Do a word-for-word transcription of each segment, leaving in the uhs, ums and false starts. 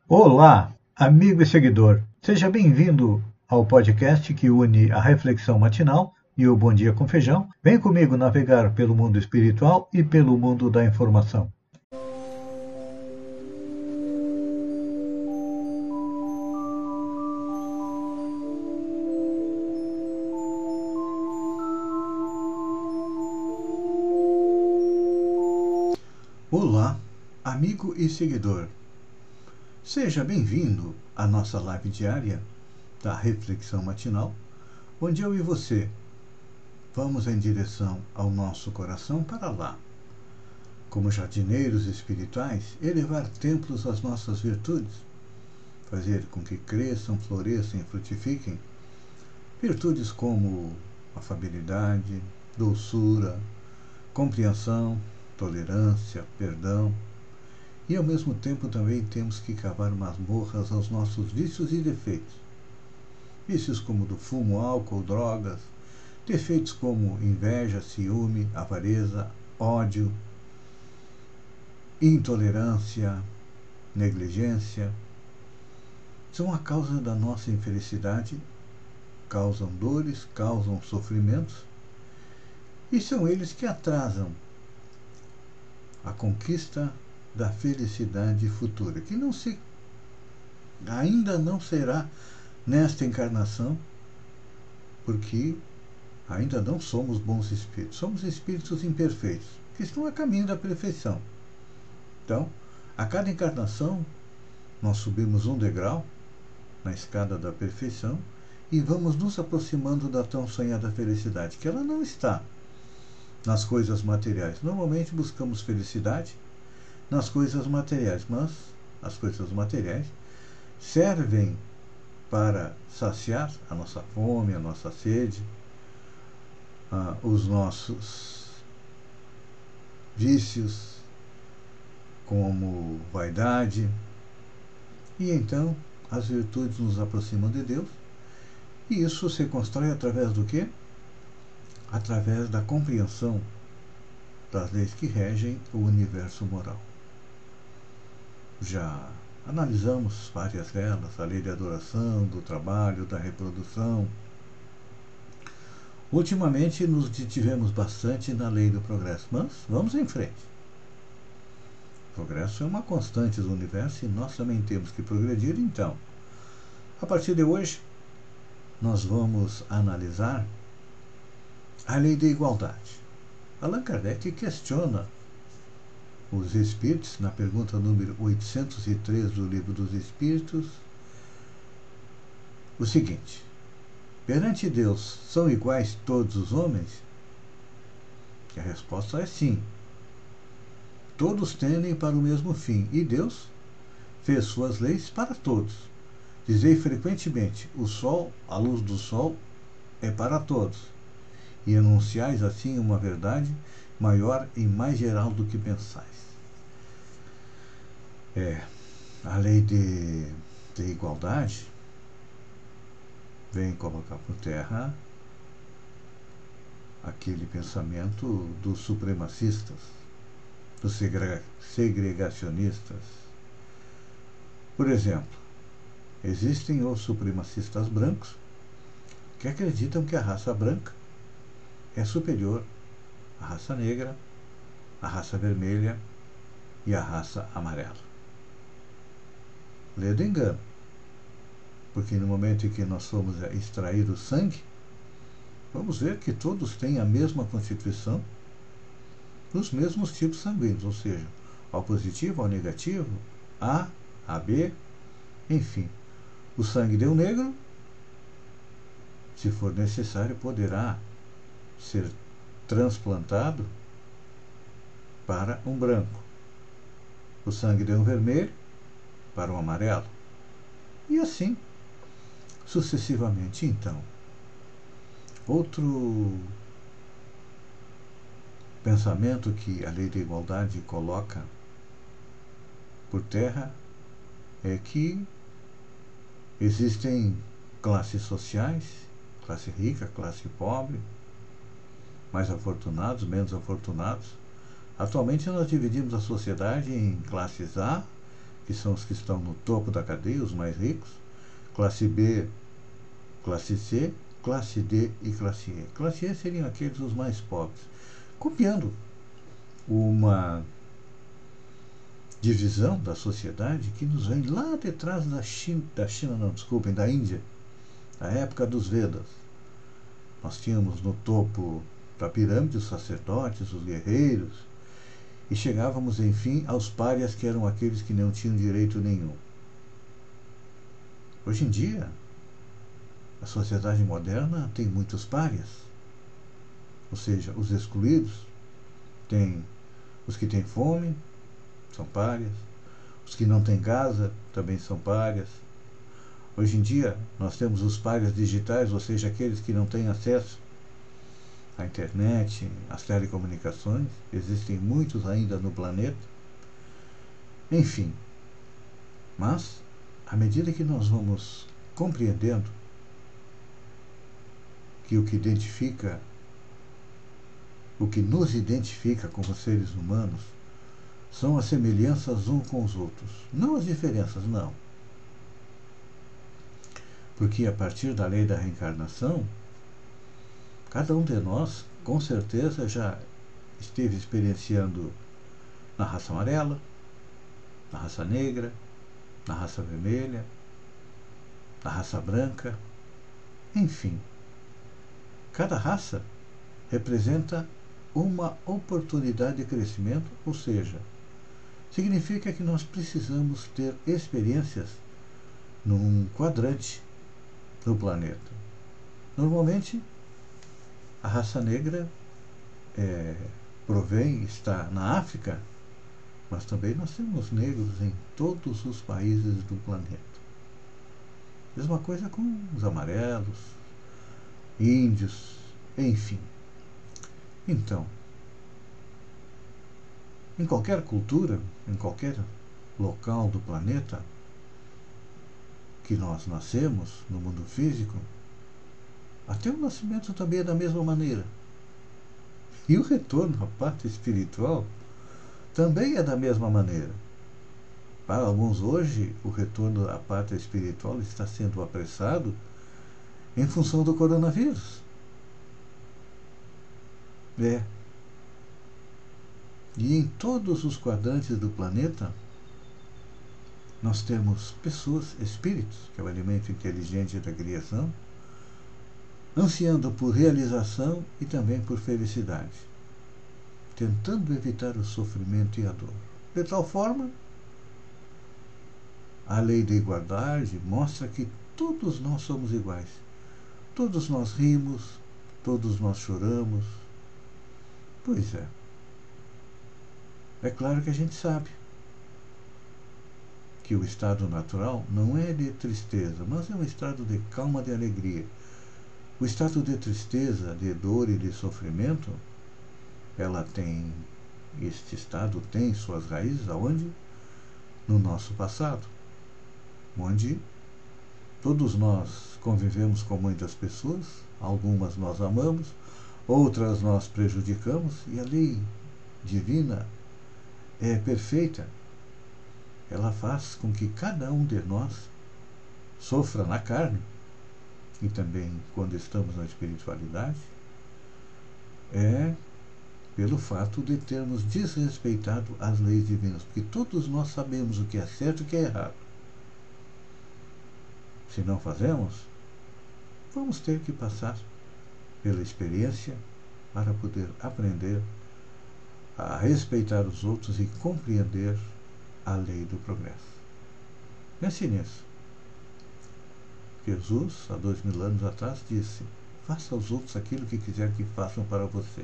Olá, amigo e seguidor. Seja bem-vindo ao podcast que une a reflexão matinal e o Bom Dia com Feijão. Vem comigo navegar pelo mundo espiritual e pelo mundo da informação. Olá, amigo e seguidor. Seja bem-vindo à nossa live diária da reflexão matinal, onde eu e você vamos em direção ao nosso coração para lá, como jardineiros espirituais, elevar templos às nossas virtudes, fazer com que cresçam, floresçam e frutifiquem virtudes como afabilidade, doçura, compreensão, tolerância, perdão. E ao mesmo tempo também temos que cavar masmorras aos nossos vícios e defeitos. Vícios como do fumo, álcool, drogas, defeitos como inveja, ciúme, avareza, ódio, intolerância, negligência, são a causa da nossa infelicidade, causam dores, causam sofrimentos, e são eles que atrasam a conquista da felicidade futura, que não se, ainda não será nesta encarnação, porque ainda não somos bons espíritos, somos espíritos imperfeitos, que estão a caminho da perfeição. Então, a cada encarnação, nós subimos um degrau na escada da perfeição e vamos nos aproximando da tão sonhada felicidade, que ela não está nas coisas materiais. Normalmente buscamos felicidade nas coisas materiais, mas as coisas materiais servem para saciar a nossa fome, a nossa sede, ah, os nossos vícios, como vaidade, e então as virtudes nos aproximam de Deus, e isso se constrói através do quê? Através da compreensão das leis que regem o universo moral. Já analisamos várias delas, a lei de adoração, do trabalho, da reprodução. Ultimamente nos detivemos bastante na lei do progresso, mas vamos em frente. O progresso é uma constante do universo e nós também temos que progredir. Então, a partir de hoje, nós vamos analisar a lei da igualdade. Allan Kardec questiona os espíritos, na pergunta número oitocentos e três do Livro dos Espíritos, o seguinte: perante Deus, são iguais todos os homens? E a resposta é sim. Todos tendem para o mesmo fim, e Deus fez suas leis para todos. Dizei frequentemente: o sol, a luz do sol, é para todos. E enunciais assim uma verdade maior e mais geral do que pensais. É, a lei de, de igualdade vem colocar por terra aquele pensamento dos supremacistas, dos segregacionistas. Por exemplo, existem os supremacistas brancos que acreditam que a raça branca é superior à raça negra, à raça vermelha e à raça amarela. Ledo engano, porque no momento em que nós formos extrair o sangue, vamos ver que todos têm a mesma constituição, os mesmos tipos sanguíneos, ou seja, ao positivo, ao negativo, A, A B, enfim. O sangue de um negro, se for necessário, poderá ser transplantado para um branco. O sangue de um vermelho para um amarelo. E assim sucessivamente. Então, outro pensamento que a lei da igualdade coloca por terra é que existem classes sociais, classe rica, classe pobre, mais afortunados, menos afortunados. Atualmente nós dividimos a sociedade em classes A, que são os que estão no topo da cadeia, os mais ricos, classe B, classe C, classe D e classe E. Classe E seriam aqueles os mais pobres, copiando uma divisão da sociedade que nos vem lá de trás da China, da China não, desculpem, da Índia, da época dos Vedas. Nós tínhamos no topo da pirâmide os sacerdotes, os guerreiros, e chegávamos, enfim, aos párias, que eram aqueles que não tinham direito nenhum. Hoje em dia, a sociedade moderna tem muitos párias, ou seja, os excluídos. Tem os que têm fome, são párias. Os que não têm casa também são párias. Hoje em dia, nós temos os párias digitais, ou seja, aqueles que não têm acesso à internet, às telecomunicações. Existem muitos ainda no planeta. Enfim, mas, à medida que nós vamos compreendendo que o que identifica, o que nos identifica como seres humanos, são as semelhanças uns com os outros, não as diferenças, não. Porque a partir da lei da reencarnação, cada um de nós, com certeza, já esteve experienciando na raça amarela, na raça negra, na raça vermelha, na raça branca, enfim. Cada raça representa uma oportunidade de crescimento, ou seja, significa que nós precisamos ter experiências num quadrante do planeta. Normalmente, a raça negra é, provém, está na África, mas também nós temos negros em todos os países do planeta. Mesma coisa com os amarelos, índios, enfim. Então, em qualquer cultura, em qualquer local do planeta que nós nascemos, no mundo físico, até o nascimento também é da mesma maneira. E o retorno à pátria espiritual também é da mesma maneira. Para alguns hoje, o retorno à pátria espiritual está sendo apressado em função do coronavírus. É. E em todos os quadrantes do planeta, nós temos pessoas, espíritos, que é o elemento inteligente da criação, ansiando por realização e também por felicidade, tentando evitar o sofrimento e a dor. De tal forma, a lei da igualdade mostra que todos nós somos iguais. Todos nós rimos, todos nós choramos. Pois é. É claro que a gente sabe que o estado natural não é de tristeza, mas é um estado de calma, de alegria. O estado de tristeza, de dor e de sofrimento, ela tem, este estado tem suas raízes aonde? No nosso passado, onde todos nós convivemos com muitas pessoas, algumas nós amamos, outras nós prejudicamos, e a lei divina é perfeita. Ela faz com que cada um de nós sofra na carne, e também quando estamos na espiritualidade, é pelo fato de termos desrespeitado as leis divinas, porque todos nós sabemos o que é certo e o que é errado. Se não fazemos, vamos ter que passar pela experiência para poder aprender a respeitar os outros e compreender a lei do progresso. Pense nisso. Jesus, há dois mil anos atrás, disse: faça aos outros aquilo que quiser que façam para você.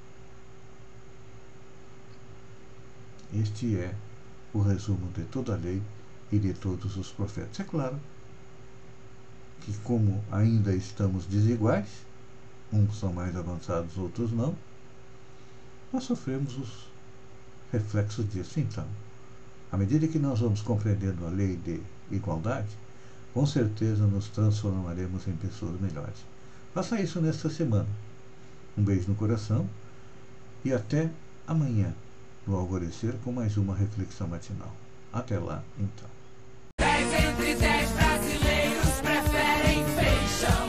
Este é o resumo de toda a lei e de todos os profetas. É claro que, como ainda estamos desiguais, uns são mais avançados, outros não, nós sofremos os reflexos disso. Então, à medida que nós vamos compreendendo a lei de igualdade, com certeza nos transformaremos em pessoas melhores. Faça isso nesta semana. Um beijo no coração e até amanhã, no alvorecer, com mais uma reflexão matinal. Até lá, então. dez entre dez brasileiros preferem feijão.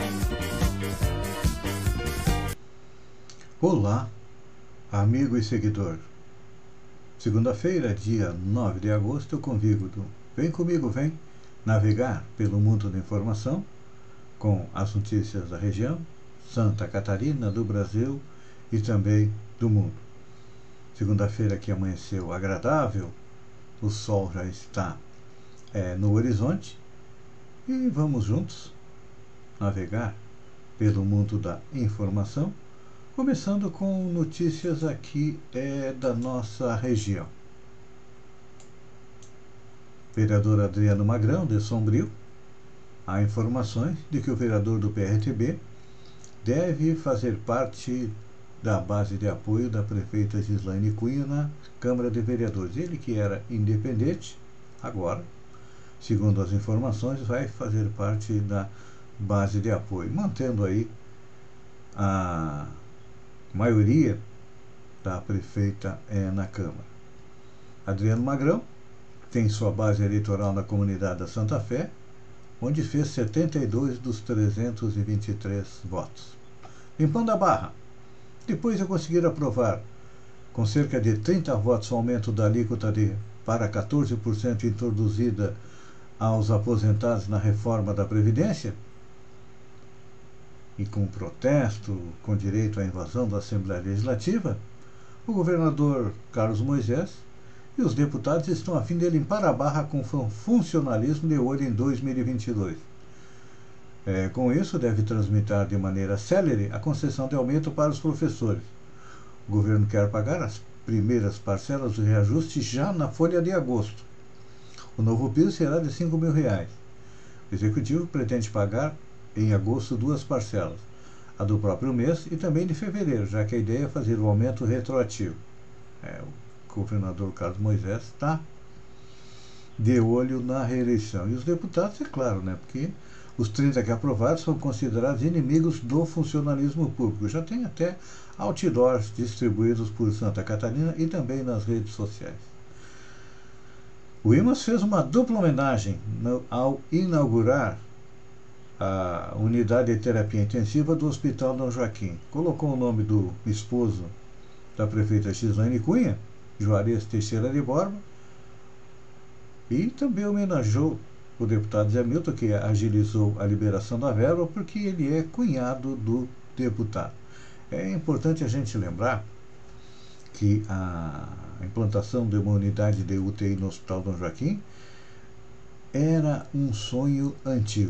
Olá, amigo e seguidor. Segunda-feira, dia nove de agosto, eu convido. Vem comigo, vem navegar pelo mundo da informação com as notícias da região, Santa Catarina, do Brasil e também do mundo. Segunda-feira que amanheceu agradável, o sol já está é, no horizonte e vamos juntos navegar pelo mundo da informação, começando com notícias aqui é, da nossa região. Vereador Adriano Magrão, de Sombrio, há informações de que o vereador do P R T B deve fazer parte da base de apoio da prefeita Gislaine Cunha na Câmara de Vereadores. Ele que era independente, agora, segundo as informações, vai fazer parte da base de apoio, mantendo aí a maioria da prefeita é, na Câmara. Adriano Magrão tem sua base eleitoral na comunidade da Santa Fé, onde fez setenta e dois dos trezentos e vinte e três votos. Limpando a barra, depois de conseguir aprovar, com cerca de trinta votos, o aumento da alíquota de, para quatorze por cento introduzida aos aposentados na reforma da Previdência, e com protesto, com direito à invasão da Assembleia Legislativa, o governador Carlos Moisés e os deputados estão a fim de limpar a barra com funcionalismo de olho em dois mil e vinte e dois. É, com isso, deve transmitir de maneira célere a concessão de aumento para os professores. O governo quer pagar as primeiras parcelas do reajuste já na folha de agosto. O novo piso será de cinco mil reais. O executivo pretende pagar em agosto duas parcelas, a do próprio mês e também de fevereiro, já que a ideia é fazer o aumento retroativo. É, o governador Carlos Moisés está de olho na reeleição. E os deputados, é claro, né, porque os trinta que aprovaram são considerados inimigos do funcionalismo público. Já tem até outdoors distribuídos por Santa Catarina e também nas redes sociais. O I M A S fez uma dupla homenagem no, ao inaugurar a unidade de terapia intensiva do Hospital Dom Joaquim. Colocou o nome do esposo da prefeita Gislaine Cunha, Juarez Teixeira de Borba, e também homenageou o deputado Zé Milton, que agilizou a liberação da verba, porque ele é cunhado do deputado. É importante a gente lembrar que a implantação de uma unidade de U T I no Hospital Dom Joaquim era um sonho antigo.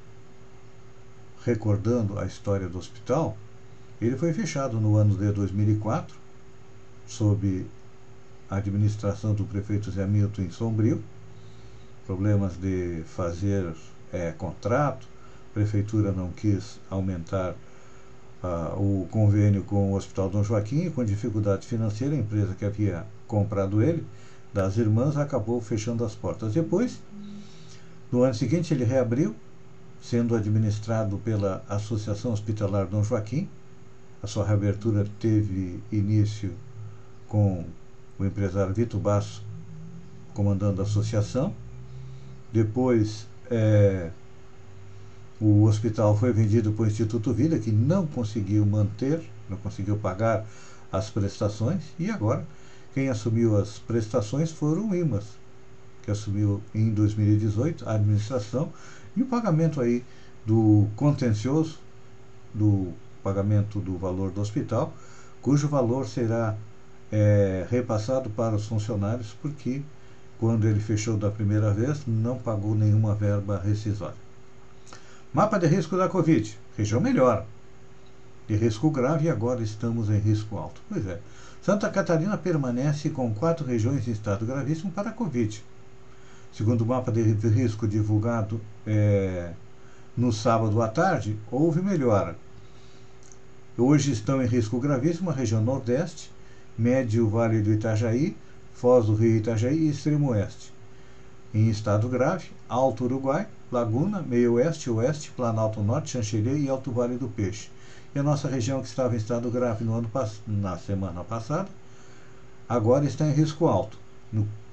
Recordando a história do hospital, ele foi fechado no ano de dois mil e quatro, sob a administração do prefeito Zé Milton em Sombrio, problemas de fazer é, contrato, a prefeitura não quis aumentar uh, o convênio com o Hospital Dom Joaquim, e com dificuldade financeira, a empresa que havia comprado ele, das irmãs, acabou fechando as portas. Depois, no ano seguinte, ele reabriu, sendo administrado pela Associação Hospitalar Dom Joaquim. A sua reabertura teve início com o empresário Vitor Basso comandando a associação. Depois, é, o hospital foi vendido para o Instituto Vida, que não conseguiu manter, não conseguiu pagar as prestações, e agora quem assumiu as prestações foram o I M A S, que assumiu em dois mil e dezoito a administração e o pagamento aí do contencioso, do pagamento do valor do hospital, cujo valor será é, repassado para os funcionários, porque quando ele fechou da primeira vez, não pagou nenhuma verba rescisória. Mapa de risco da Covid. Região melhora. De risco grave, e agora estamos em risco alto. Pois é. Santa Catarina permanece com quatro regiões em estado gravíssimo para a Covid. Segundo o mapa de risco divulgado é, no sábado à tarde, houve melhora. Hoje estão em risco gravíssimo a região Nordeste, Médio Vale do Itajaí, Foz do Rio Itajaí e Extremo Oeste. Em estado grave, Alto Uruguai, Laguna, Meio Oeste, Oeste, Planalto Norte, Xanxerê e Alto Vale do Peixe. E a nossa região, que estava em estado grave no ano, na semana passada, agora está em risco alto, no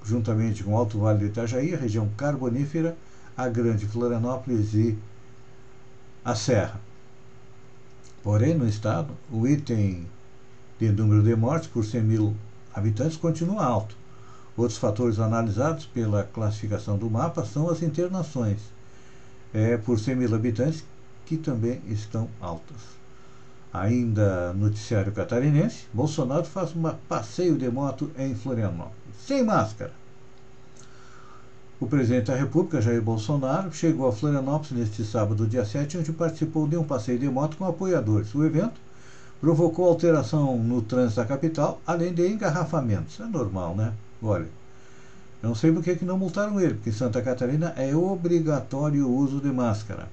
juntamente com o Alto Vale do Itajaí, a região carbonífera, a Grande Florianópolis e a Serra. Porém, no estado, o item de número de mortes por cem mil habitantes continua alto. Outros fatores analisados pela classificação do mapa são as internações é, por cem mil habitantes, que também estão altas. Ainda noticiário catarinense, Bolsonaro faz um passeio de moto em Florianópolis, sem máscara. O presidente da República, Jair Bolsonaro, chegou a Florianópolis neste sábado, dia sete, onde participou de um passeio de moto com apoiadores. O evento provocou alteração no trânsito da capital, além de engarrafamentos. É normal, né? Olha, eu não sei por que não multaram ele, porque em Santa Catarina é obrigatório o uso de máscara.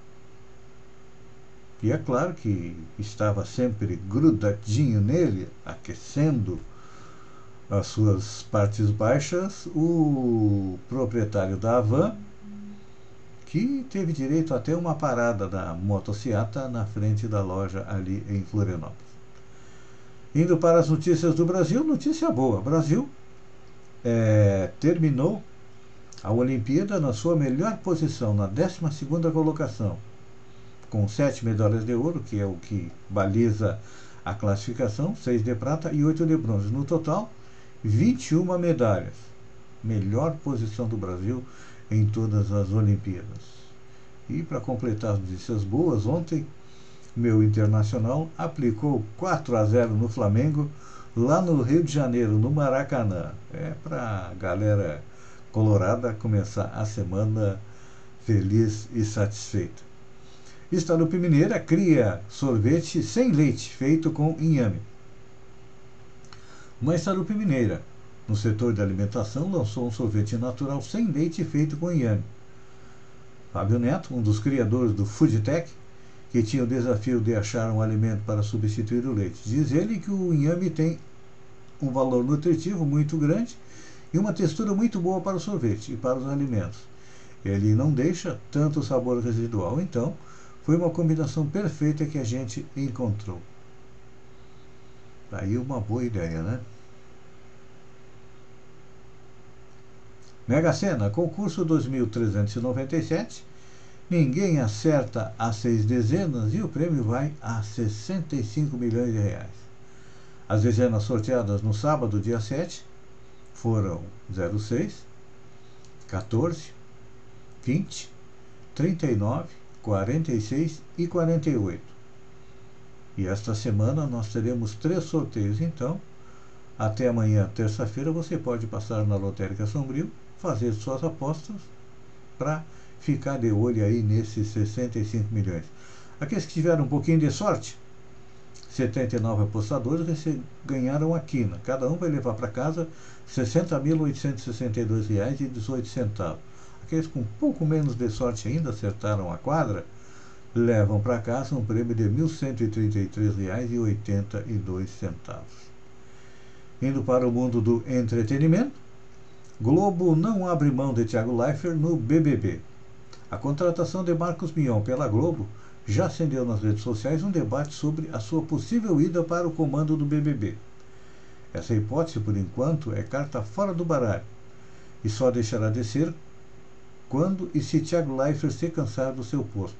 E é claro que estava sempre grudadinho nele, aquecendo as suas partes baixas, o proprietário da van, que teve direito até uma parada da motociata na frente da loja ali em Florianópolis. Indo para as notícias do Brasil, notícia boa. O Brasil é, terminou a Olimpíada na sua melhor posição, na décima segunda colocação, com sete medalhas de ouro, que é o que baliza a classificação, seis de prata e oito de bronze. No total, vinte e uma medalhas. Melhor posição do Brasil em todas as Olimpíadas. E para completar as notícias boas, ontem meu Internacional aplicou quatro a zero no Flamengo, lá no Rio de Janeiro, no Maracanã. É para a galera colorada começar a semana feliz e satisfeita. Estadup Mineira cria sorvete sem leite, feito com inhame. Uma Estadup Mineira, no setor de alimentação, lançou um sorvete natural sem leite feito com inhame. Fábio Neto, um dos criadores do Foodtech, que tinha o desafio de achar um alimento para substituir o leite. Diz ele que o inhame tem um valor nutritivo muito grande e uma textura muito boa para o sorvete e para os alimentos. Ele não deixa tanto sabor residual, então foi uma combinação perfeita que a gente encontrou. Daí uma boa ideia, né? Mega Sena, concurso dois mil trezentos e noventa e sete. Ninguém acerta as seis dezenas e o prêmio vai a sessenta e cinco milhões de reais. As dezenas sorteadas no sábado, dia sete, foram zero seis, quatorze, vinte, trinta e nove, quarenta e seis e quarenta e oito. E esta semana nós teremos três sorteios, então até amanhã, terça-feira, você pode passar na Lotérica Sombrio, fazer suas apostas para ficar de olho aí nesses sessenta e cinco milhões. Aqueles que tiveram um pouquinho de sorte, setenta e nove apostadores ganharam a quina. Cada um vai levar para casa sessenta mil oitocentos e sessenta e dois reais e dezoito centavos. Aqueles com um pouco menos de sorte ainda acertaram a quadra, levam para casa um prêmio de mil cento e trinta e três reais e oitenta e dois centavos. Indo para o mundo do entretenimento, Globo não abre mão de Thiago Leifert no B B B. A contratação de Marcos Mion pela Globo já acendeu nas redes sociais um debate sobre a sua possível ida para o comando do B B B. Essa hipótese, por enquanto, é carta fora do baralho e só deixará de ser quando e se Thiago Leifert se cansar do seu posto.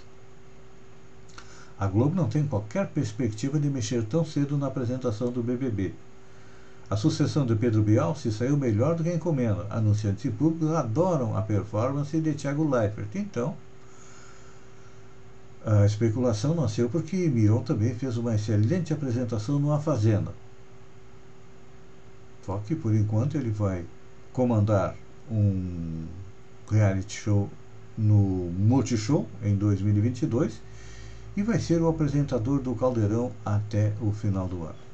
A Globo não tem qualquer perspectiva de mexer tão cedo na apresentação do B B B. A sucessão de Pedro Bial se saiu melhor do que a encomenda. Anunciantes e públicos adoram a performance de Thiago Leifert. Então, a especulação nasceu porque Mion também fez uma excelente apresentação no A Fazenda. Só que, por enquanto, ele vai comandar um reality show no Multishow em dois mil e vinte e dois e vai ser o apresentador do Caldeirão até o final do ano.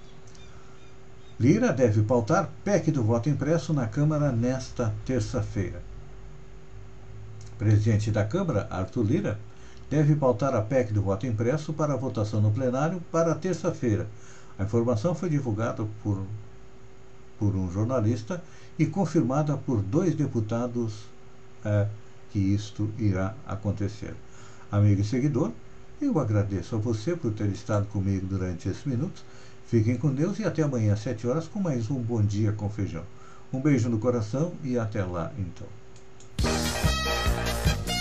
Lira deve pautar P E C do voto impresso na Câmara nesta terça-feira. Presidente da Câmara, Arthur Lira, deve pautar a P E C do voto impresso para a votação no plenário para terça-feira. A informação foi divulgada por, por um jornalista e confirmada por dois deputados é, que isto irá acontecer. Amigo e seguidor, eu agradeço a você por ter estado comigo durante esses minutos. Fiquem com Deus e até amanhã às sete horas com mais um Bom Dia com Feijão. Um beijo no coração e até lá, então.